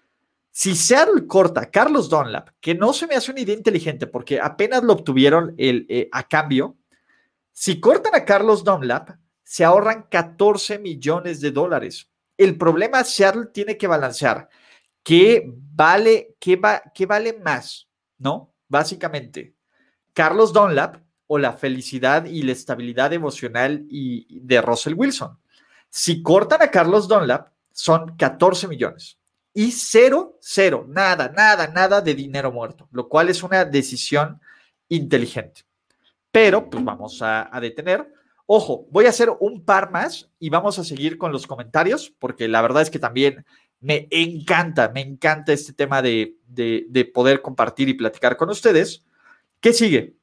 Si Seattle corta a Carlos Dunlap, que no se me hace una idea inteligente porque apenas lo obtuvieron el, eh, a cambio, si cortan a Carlos Dunlap, se ahorran catorce millones de dólares. El problema, Seattle tiene que balancear qué vale, qué va, qué vale más, ¿no? Básicamente, Carlos Dunlap o la felicidad y la estabilidad emocional y, de Russell Wilson. Si cortan a Carlos Dunlap, son catorce millones. Y cero, cero, nada, nada, nada de dinero muerto, lo cual es una decisión inteligente. Pero, pues vamos a, a detener. Ojo, voy a hacer un par más y vamos a seguir con los comentarios, porque la verdad es que también me encanta, me encanta este tema de, de, de poder compartir y platicar con ustedes. ¿Qué sigue?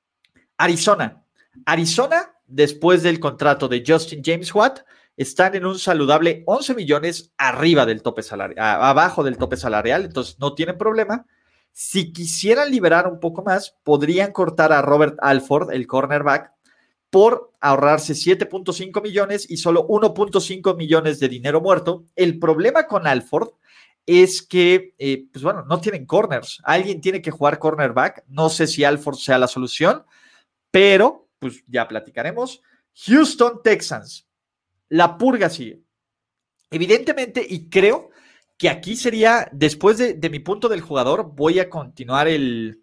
Arizona. Arizona, después del contrato de Justin James Watt, están en un saludable once millones arriba del tope salarial, abajo del tope salarial, entonces no tienen problema. Si quisieran liberar un poco más, podrían cortar a Robert Alford, el cornerback, por ahorrarse siete punto cinco millones y solo uno punto cinco millones de dinero muerto. El problema con Alford es que, eh, pues bueno, no tienen corners. Alguien tiene que jugar cornerback. No sé si Alford sea la solución, pero pues ya platicaremos. Houston Texans. La purga sigue. Evidentemente, y creo que aquí sería, después de, de mi punto del jugador, voy a continuar el,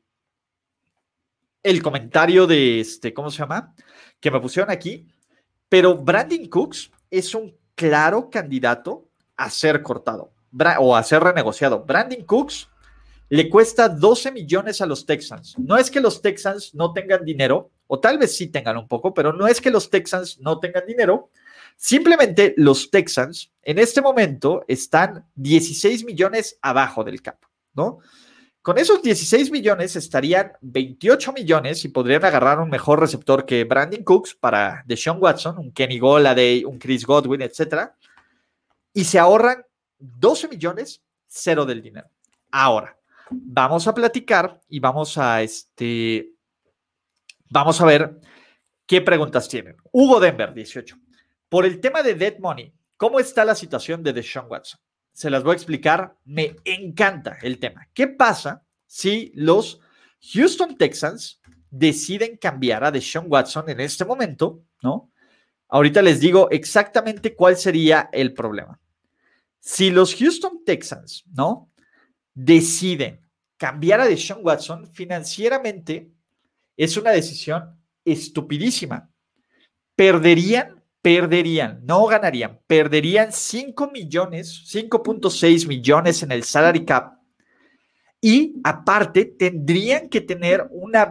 el comentario de este, ¿cómo se llama? Que me pusieron aquí. Pero Brandin Cooks es un claro candidato a ser cortado Bra- o a ser renegociado. Brandin Cooks le cuesta doce millones a los Texans. No es que los Texans no tengan dinero, o tal vez sí tengan un poco, pero no es que los Texans no tengan dinero. Simplemente los Texans en este momento están dieciséis millones abajo del cap, ¿no? Con esos dieciséis millones estarían veintiocho millones y podrían agarrar un mejor receptor que Brandin Cooks para Deshaun Watson, un Kenny Golladay, un Chris Godwin, etcétera. Y se ahorran doce millones, cero del dinero. Ahora, vamos a platicar y vamos a este, vamos a ver qué preguntas tienen. Hugo Denver, dieciocho. Por el tema de dead money, ¿cómo está la situación de Deshaun Watson? Se las voy a explicar. Me encanta el tema. ¿Qué pasa si los Houston Texans deciden cambiar a Deshaun Watson en este momento, ¿no? Ahorita les digo exactamente cuál sería el problema. Si los Houston Texans, ¿no?, deciden cambiar a Deshaun Watson, financieramente es una decisión estupidísima. Perderían Perderían, no ganarían, perderían cinco millones, cinco punto seis millones en el salary cap y aparte tendrían que tener una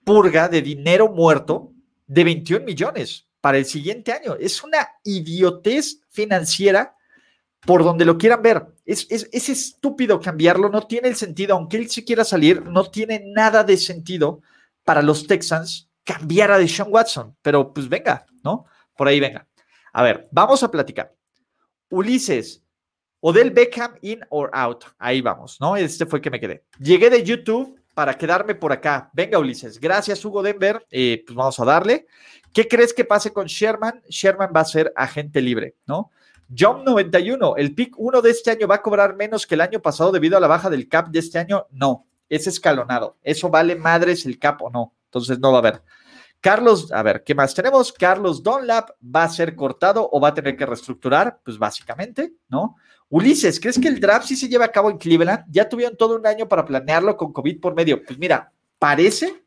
purga de dinero muerto de veintiún millones para el siguiente año. Es una idiotez financiera por donde lo quieran ver. Es, es, es estúpido cambiarlo, no tiene el sentido, aunque él se quiera salir, no tiene nada de sentido para los Texans cambiar a Deshaun Watson, pero pues venga, ¿no? Por ahí venga. A ver, vamos a platicar. Ulises, Odell Beckham in or out. Ahí vamos, ¿no? Este fue el que me quedé. Llegué de YouTube para quedarme por acá. Venga, Ulises. Gracias, Hugo Denver. Eh, pues vamos a darle. ¿Qué crees que pase con Sherman? Sherman va a ser agente libre, ¿no? John noventa y uno, ¿el pick uno de este año va a cobrar menos que el año pasado debido a la baja del cap de este año? No, es escalonado. Eso vale madres el cap o no. Entonces no va a haber. Carlos, a ver, ¿qué más tenemos? Carlos Dunlap va a ser cortado o va a tener que reestructurar, pues básicamente, ¿no? Ulises, ¿crees que el draft sí se lleva a cabo en Cleveland? Ya tuvieron todo un año para planearlo con COVID por medio. Pues mira, parece,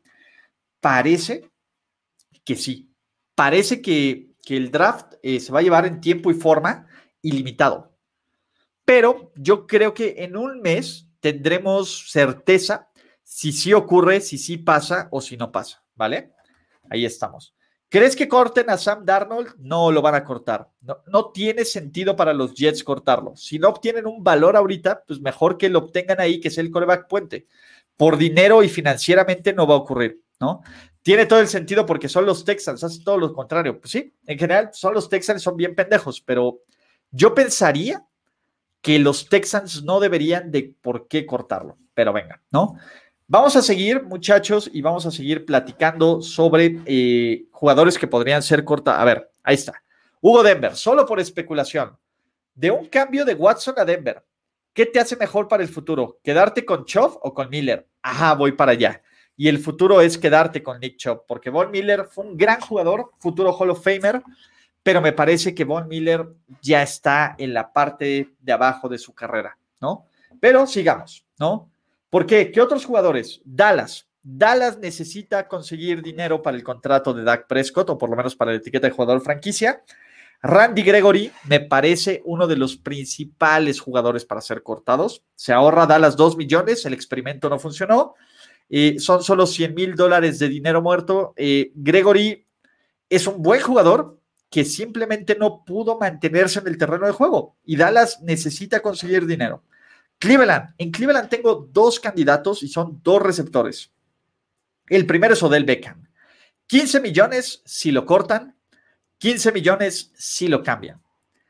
parece que sí. Parece que, que el draft eh, se va a llevar en tiempo y forma ilimitado. Pero yo creo que en un mes tendremos certeza si sí ocurre, si sí pasa o si no pasa, ¿vale? Ahí estamos. ¿Crees que corten a Sam Darnold? No lo van a cortar. No, no tiene sentido para los Jets cortarlo. Si no obtienen un valor ahorita, pues mejor que lo obtengan ahí, que es el quarterback puente. Por dinero y financieramente no va a ocurrir, ¿no? Tiene todo el sentido porque son los Texans, hacen todo lo contrario. Pues sí, en general son los Texans, son bien pendejos, pero yo pensaría que los Texans no deberían de por qué cortarlo. Pero venga, ¿no? Vamos a seguir, muchachos, y vamos a seguir platicando sobre eh, jugadores que podrían ser corta. A ver, ahí está. Hugo Denver, solo por especulación. De un cambio de Watson a Denver, ¿qué te hace mejor para el futuro? ¿Quedarte con Chubb o con Miller? Ajá, voy para allá. Y el futuro es quedarte con Nick Chubb, porque Von Miller fue un gran jugador, futuro Hall of Famer, pero me parece que Von Miller ya está en la parte de abajo de su carrera, ¿no? Pero sigamos, ¿no? ¿Por qué? ¿Qué otros jugadores? Dallas. Dallas necesita conseguir dinero para el contrato de Dak Prescott, o por lo menos para la etiqueta de jugador franquicia. Randy Gregory me parece uno de los principales jugadores para ser cortados. Se ahorra Dallas dos millones, el experimento no funcionó. Eh, son solo cien mil dólares de dinero muerto. Eh, Gregory es un buen jugador que simplemente no pudo mantenerse en el terreno de juego y Dallas necesita conseguir dinero. Cleveland, en Cleveland tengo dos candidatos y son dos receptores. El primero es Odell Beckham. quince millones si lo cortan, quince millones si lo cambian.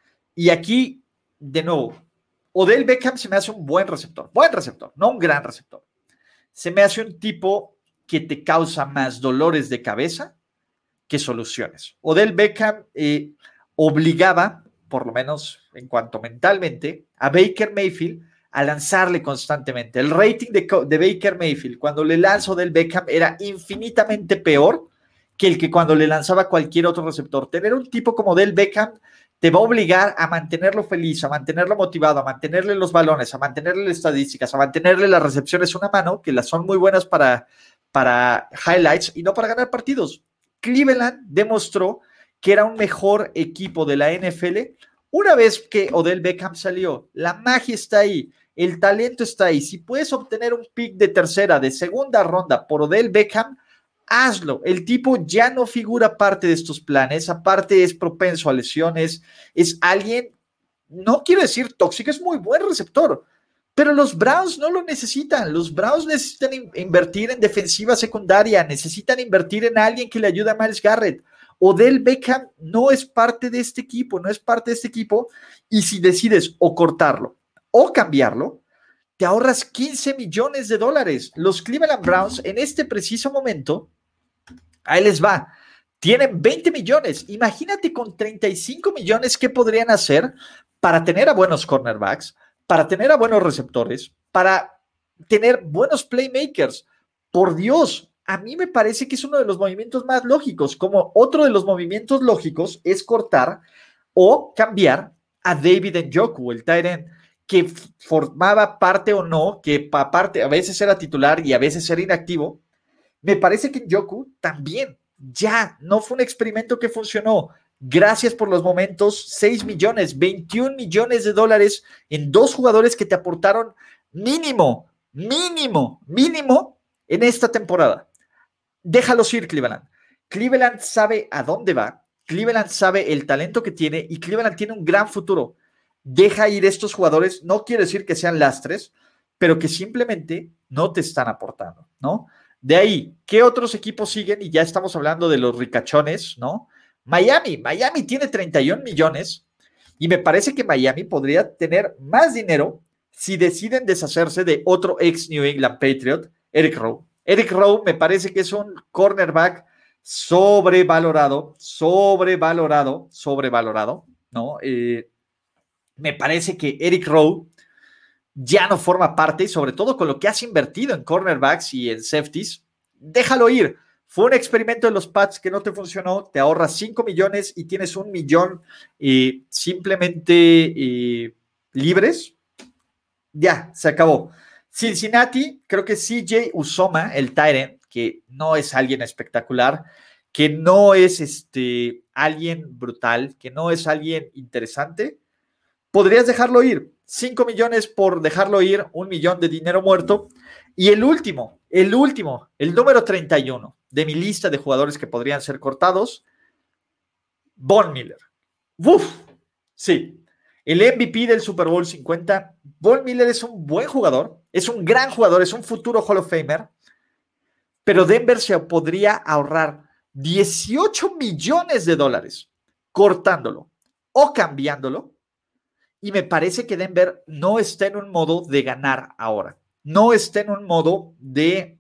Y aquí, de nuevo, Odell Beckham se me hace un buen receptor. Buen receptor, no un gran receptor. Se me hace un tipo que te causa más dolores de cabeza que soluciones. Odell Beckham eh, obligaba, por lo menos en cuanto mentalmente, a Baker Mayfield a lanzarle constantemente. El rating de, de Baker Mayfield cuando le lanzó Odell Beckham era infinitamente peor que el que cuando le lanzaba cualquier otro receptor. Tener un tipo como Odell Beckham te va a obligar a mantenerlo feliz, a mantenerlo motivado, a mantenerle los balones, a mantenerle las estadísticas, a mantenerle las recepciones una mano, que las son muy buenas para, para highlights y no para ganar partidos. Cleveland demostró que era un mejor equipo de la N F L una vez que Odell Beckham salió. La magia está ahí, el talento está ahí. Si puedes obtener un pick de tercera, de segunda ronda por Odell Beckham, hazlo. El tipo ya no figura parte de estos planes, aparte es propenso a lesiones, es alguien, no quiero decir tóxico, es muy buen receptor, pero los Browns no lo necesitan. Los Browns necesitan in- invertir en defensiva secundaria, necesitan invertir en alguien que le ayude a Myles Garrett. Odell Beckham no es parte de este equipo, no es parte de este equipo, y si decides o cortarlo o cambiarlo, te ahorras quince millones de dólares. Los Cleveland Browns en este preciso momento, ahí les va, tienen veinte millones. Imagínate con treinta y cinco millones qué podrían hacer para tener a buenos cornerbacks, para tener a buenos receptores, para tener buenos playmakers. Por Dios, a mí me parece que es uno de los movimientos más lógicos, como otro de los movimientos lógicos es cortar o cambiar a David Njoku, el tight end, que formaba parte o no, que aparte a veces era titular y a veces era inactivo. Me parece que Njoku también ya no fue un experimento que funcionó. Gracias por los momentos, seis millones, veintiún millones de dólares en dos jugadores que te aportaron mínimo, mínimo, mínimo en esta temporada. déjalos ir, Cleveland. Cleveland sabe a dónde va, Cleveland sabe el talento que tiene y Cleveland tiene un gran futuro. Deja ir estos jugadores, no quiere decir que sean lastres, pero que simplemente no te están aportando, ¿no? De ahí, ¿qué otros equipos siguen? Y ya estamos hablando de los ricachones, ¿no? Miami, Miami tiene treinta y un millones y me parece que Miami podría tener más dinero si deciden deshacerse de otro ex New England Patriot, Eric Rowe. Eric Rowe me parece que es un cornerback sobrevalorado, sobrevalorado, sobrevalorado, ¿no? Eh, me parece que Eric Rowe ya no forma parte, y sobre todo con lo que has invertido en cornerbacks y en safeties, déjalo ir. Fue un experimento de los Pats que no te funcionó, te ahorras cinco millones y tienes un millón eh, simplemente eh, libres. Ya, se acabó. Cincinnati, creo que C J Uzomah, el tight end, que no es alguien espectacular, que no es este, alguien brutal, que no es alguien interesante, podrías dejarlo ir. cinco millones por dejarlo ir, un millón de dinero muerto. Y el último, el último, el número treinta y uno de mi lista de jugadores que podrían ser cortados, Von Miller. Uf, sí. El M V P del Super Bowl cincuenta, Von Miller es un buen jugador, es un gran jugador, es un futuro Hall of Famer, pero Denver se podría ahorrar dieciocho millones de dólares cortándolo o cambiándolo, y me parece que Denver no está en un modo de ganar ahora, no está en un modo de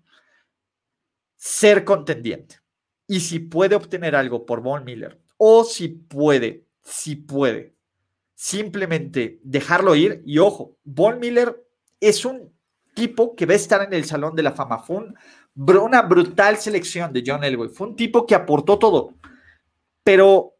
ser contendiente. Y si puede obtener algo por Von Miller, o si puede, si puede, simplemente dejarlo ir. Y ojo, Von Miller es un tipo que va a estar en el Salón de la Fama. Fue un, una brutal selección de John Elway. Fue un tipo que aportó todo. Pero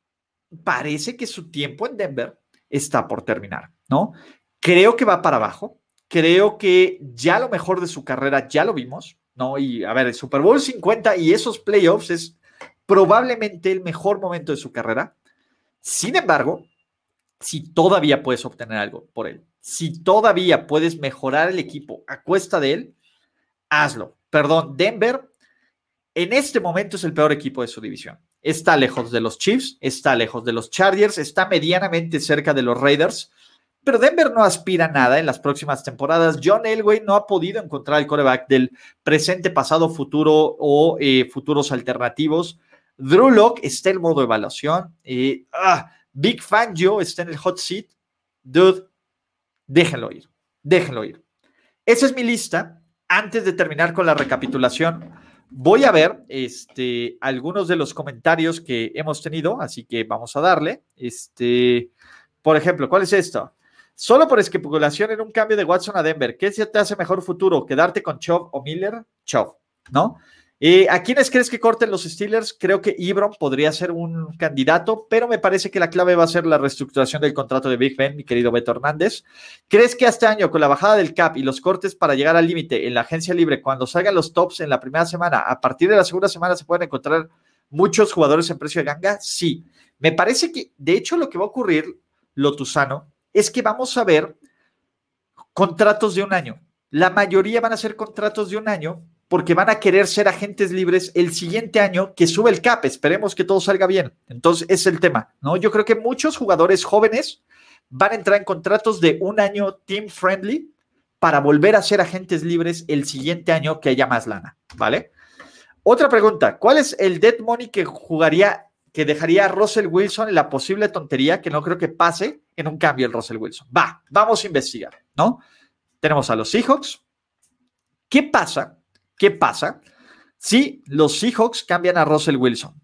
parece que su tiempo en Denver está por terminar, ¿no? Creo que va para abajo. Creo que ya lo mejor de su carrera ya lo vimos, ¿no? Y a ver, el Super Bowl cincuenta y esos playoffs es probablemente el mejor momento de su carrera. Sin embargo, si todavía puedes obtener algo por él, si todavía puedes mejorar el equipo a cuesta de él, hazlo. Perdón, Denver en este momento es el peor equipo de su división. Está lejos de los Chiefs, está lejos de los Chargers, está medianamente cerca de los Raiders, pero Denver no aspira a nada en las próximas temporadas. John Elway no ha podido encontrar el quarterback del presente, pasado, futuro o eh, futuros alternativos. Drew Lock está en modo evaluación. Eh, ah, Big Fangio está en el hot seat. Dude, déjenlo ir, déjenlo ir. Esa es mi lista. Antes de terminar con la recapitulación, voy a ver este, algunos de los comentarios que hemos tenido, así que vamos a darle. Este, por ejemplo, ¿cuál es esto? Solo por especulación en un cambio de Watson a Denver, ¿qué te hace mejor futuro? ¿Quedarte con Chubb o Miller? Chubb, ¿no? Eh, ¿A quiénes crees que corten los Steelers? Creo que Ebron podría ser un candidato, pero me parece que la clave va a ser la reestructuración del contrato de Big Ben, mi querido Beto Hernández. ¿Crees que este año, con la bajada del cap y los cortes para llegar al límite en la agencia libre, cuando salgan los tops en la primera semana, a partir de la segunda semana se pueden encontrar muchos jugadores en precio de ganga? Sí. Me parece que, de hecho, lo que va a ocurrir, Lotuzano, es que vamos a ver contratos de un año. La mayoría van a ser contratos de un año porque van a querer ser agentes libres el siguiente año que sube el cap. Esperemos que todo salga bien. Entonces, es el tema, ¿no? Yo creo que muchos jugadores jóvenes van a entrar en contratos de un año team friendly para volver a ser agentes libres el siguiente año que haya más lana, ¿vale? Otra pregunta, ¿cuál es el dead money que jugaría, que dejaría a Russell Wilson en la posible tontería que no creo que pase en un cambio el Russell Wilson? Va, vamos a investigar, ¿no? Tenemos a los Seahawks. ¿Qué pasa? ¿Qué pasa si los Seahawks cambian a Russell Wilson?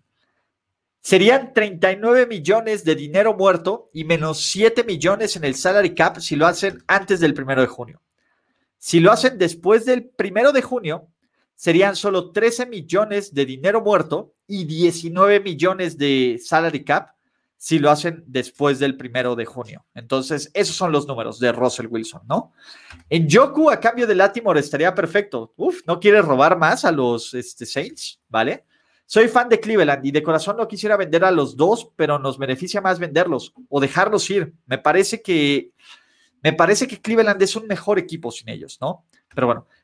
Serían treinta y nueve millones de dinero muerto y menos siete millones en el salary cap si lo hacen antes del primero de junio. Si lo hacen después del primero de junio, serían solo trece millones de dinero muerto y diecinueve millones de salary cap si lo hacen después del primero de junio. Entonces, esos son los números de Russell Wilson, ¿no? En Njoku, a cambio de Latimore, estaría perfecto. Uf, ¿no quieres robar más a los este, Saints? ¿Vale? Soy fan de Cleveland y de corazón no quisiera vender a los dos, pero nos beneficia más venderlos o dejarlos ir. Me parece que, me parece que Cleveland es un mejor equipo sin ellos, ¿no? Pero bueno,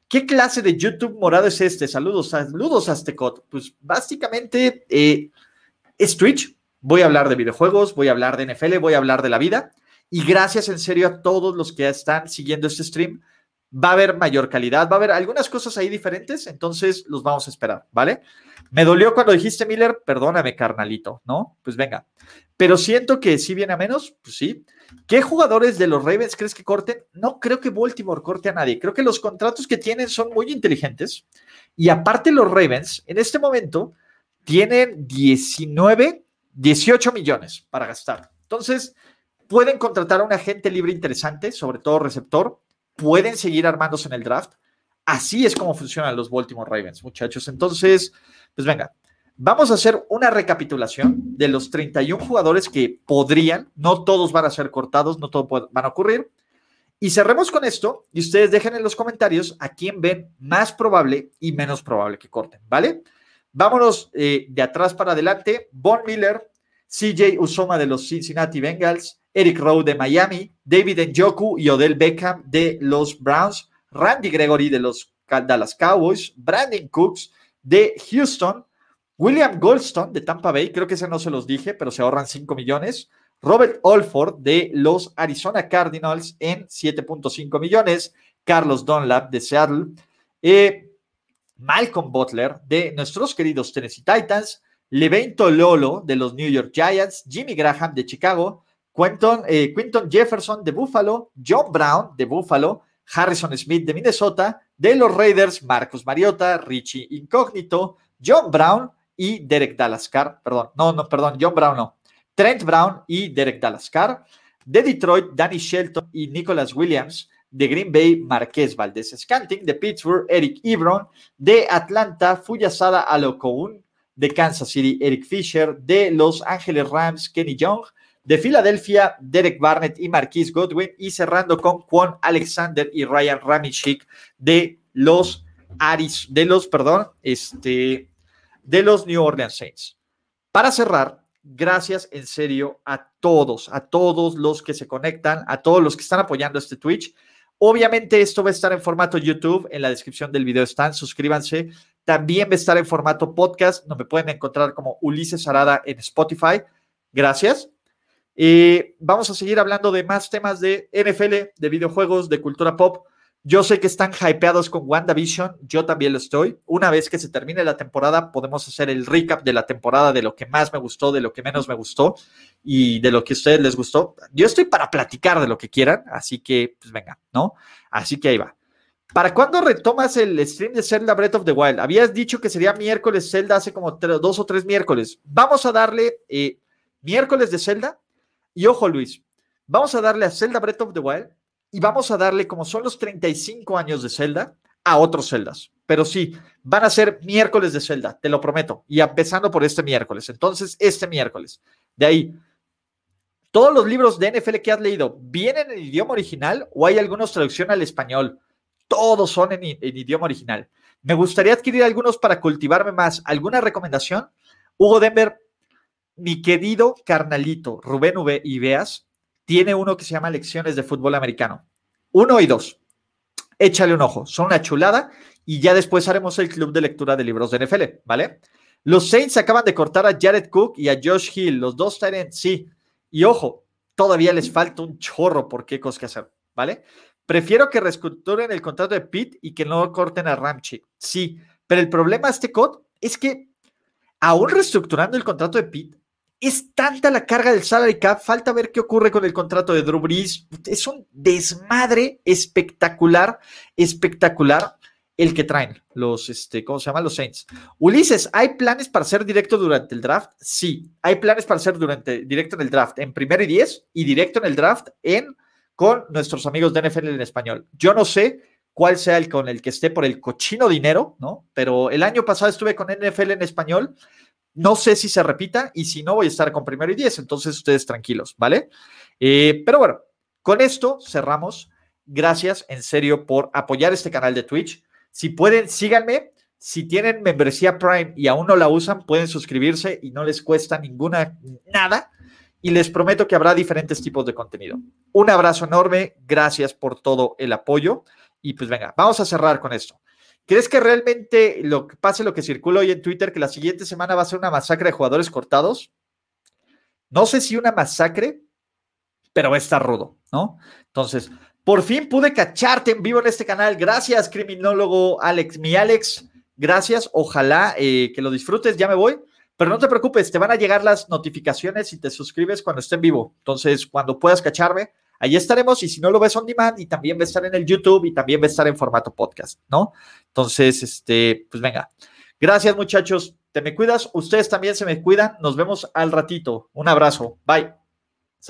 ¿Qué clase de YouTube morado es este? Saludos, saludos a Aztecot. Pues básicamente eh, es Twitch. Voy a hablar de videojuegos, voy a hablar de N F L, voy a hablar de la vida. Y gracias en serio a todos los que están siguiendo este stream. Va a haber mayor calidad, va a haber algunas cosas ahí diferentes, entonces los vamos a esperar, ¿vale? Me dolió cuando dijiste Miller, perdóname, carnalito, ¿no? Pues venga. Pero siento que sí viene a menos, pues sí. ¿Qué jugadores de los Ravens crees que corten? No creo que Baltimore corte a nadie. Creo que los contratos que tienen son muy inteligentes. Y aparte los Ravens, en este momento, tienen diecinueve, dieciocho millones para gastar. Entonces, pueden contratar a un agente libre interesante, sobre todo receptor. Pueden seguir armándose en el draft. Así es como funcionan los Baltimore Ravens, muchachos. Entonces, pues venga, vamos a hacer una recapitulación de los treinta y uno jugadores que podrían, no todos van a ser cortados, no todos van a ocurrir. Y cerremos con esto y ustedes dejen en los comentarios a quién ven más probable y menos probable que corten, ¿vale? Vámonos eh, de atrás para adelante. Von Miller, C J Uzomah de los Cincinnati Bengals, Eric Rowe de Miami, David Njoku y Odell Beckham de los Browns, Randy Gregory de los Dallas Cowboys, Brandon Cooks de Houston, William Goldstone de Tampa Bay, creo que ese no se los dije, pero se ahorran cinco millones, Robert Alford de los Arizona Cardinals en siete punto cinco millones, Carlos Dunlap de Seattle, eh, Malcolm Butler de nuestros queridos Tennessee Titans, Levain Lolo de los New York Giants, Jimmy Graham de Chicago, Quentin, eh, Quinton Jefferson de Buffalo, John Brown de Buffalo, Harrison Smith de Minnesota, de los Raiders, Marcus Mariota, Richie Incógnito, John Brown y Derek Dalascar, perdón, no, no, perdón, John Brown no, Trent Brown y Derek Dalascar, de Detroit, Danny Shelton y Nicholas Williams, de Green Bay, Marquez Valdez-Scantling, de Pittsburgh, Eric Ebron, de Atlanta, Fuyasada Alokoun, de Kansas City, Eric Fisher, de Los Ángeles Rams, Kenny Young, de Filadelfia, Derek Barnett y Marquise Godwin, y cerrando con Kwon Alexander y Ryan Ramczyk de los Aris, de los, perdón, este, de los New Orleans Saints. Para cerrar, gracias en serio a todos, a todos los que se conectan, a todos los que están apoyando este Twitch. Obviamente esto va a estar en formato YouTube, en la descripción del video están, suscríbanse. También va a estar en formato podcast, no me pueden encontrar como Ulises Arada en Spotify. Gracias. Eh, vamos a seguir hablando de más temas de N F L, de videojuegos, de cultura pop. Yo sé que están hypeados con WandaVision, yo también lo estoy. Una vez que se termine la temporada, podemos hacer el recap de la temporada, de lo que más me gustó, de lo que menos me gustó y de lo que a ustedes les gustó. Yo estoy para platicar de lo que quieran, así que, pues venga, ¿no? Así que ahí va. ¿Para cuándo retomas el stream de Zelda Breath of the Wild? Habías dicho que sería miércoles Zelda hace como tres, dos o tres miércoles. Vamos a darle eh, miércoles de Zelda. Y ojo, Luis, vamos a darle a Zelda Breath of the Wild y vamos a darle, como son los treinta y cinco años de Zelda, a otros Zeldas. Pero sí, van a ser miércoles de Zelda, te lo prometo. Y empezando por este miércoles. Entonces, este miércoles. De ahí, ¿todos los libros de N F L que has leído vienen en idioma original o hay algunos traducción al español? Todos son en, en idioma original. Me gustaría adquirir algunos para cultivarme más. ¿Alguna recomendación? Hugo Denver, mi querido carnalito Rubén V. Ibeas tiene uno que se llama Lecciones de Fútbol Americano. Uno y dos. Échale un ojo. Son una chulada y ya después haremos el club de lectura de libros de N F L, ¿vale? Los Saints acaban de cortar a Jared Cook y a Josh Hill, los dos tight ends, sí. Y ojo, todavía les falta un chorro por qué cosas que hacer, ¿vale? Prefiero que reestructuren el contrato de Pitt y que no corten a Ramczyk. Sí, pero el problema de este code es que aún reestructurando el contrato de Pitt, es tanta la carga del salary cap, falta ver qué ocurre con el contrato de Drew Brees. Es un desmadre espectacular, espectacular el que traen los, este, ¿cómo se llama? Los Saints. Ulises, ¿hay planes para ser directo durante el draft? Sí, hay planes para ser durante, directo en el draft en primero y diez y directo en el draft en, con nuestros amigos de N F L en español. Yo no sé cuál sea el con el que esté por el cochino dinero, ¿no? Pero el año pasado estuve con N F L en español. No sé si se repita y si no voy a estar con primero y diez, entonces ustedes tranquilos, ¿vale? Eh, pero bueno, con esto cerramos. Gracias en serio por apoyar este canal de Twitch. Si pueden, síganme. Si tienen membresía Prime y aún no la usan, pueden suscribirse y no les cuesta ninguna, nada. Y les prometo que habrá diferentes tipos de contenido. Un abrazo enorme. Gracias por todo el apoyo. Y pues venga, vamos a cerrar con esto. ¿Crees que realmente lo que pase lo que circula hoy en Twitter, que la siguiente semana va a ser una masacre de jugadores cortados? No sé si una masacre, pero va a estar rudo, ¿no? Entonces, por fin pude cacharte en vivo en este canal. Gracias, criminólogo Alex. Mi Alex, gracias. Ojalá eh, que lo disfrutes. Ya me voy. Pero no te preocupes, te van a llegar las notificaciones si te suscribes cuando esté en vivo. Entonces, cuando puedas cacharme, ahí estaremos. Y si no lo ves on demand, y también va a estar en el YouTube y también va a estar en formato podcast, ¿no? Entonces, este, pues venga. Gracias, muchachos. Te me cuidas. Ustedes también se me cuidan. Nos vemos al ratito. Un abrazo. Bye.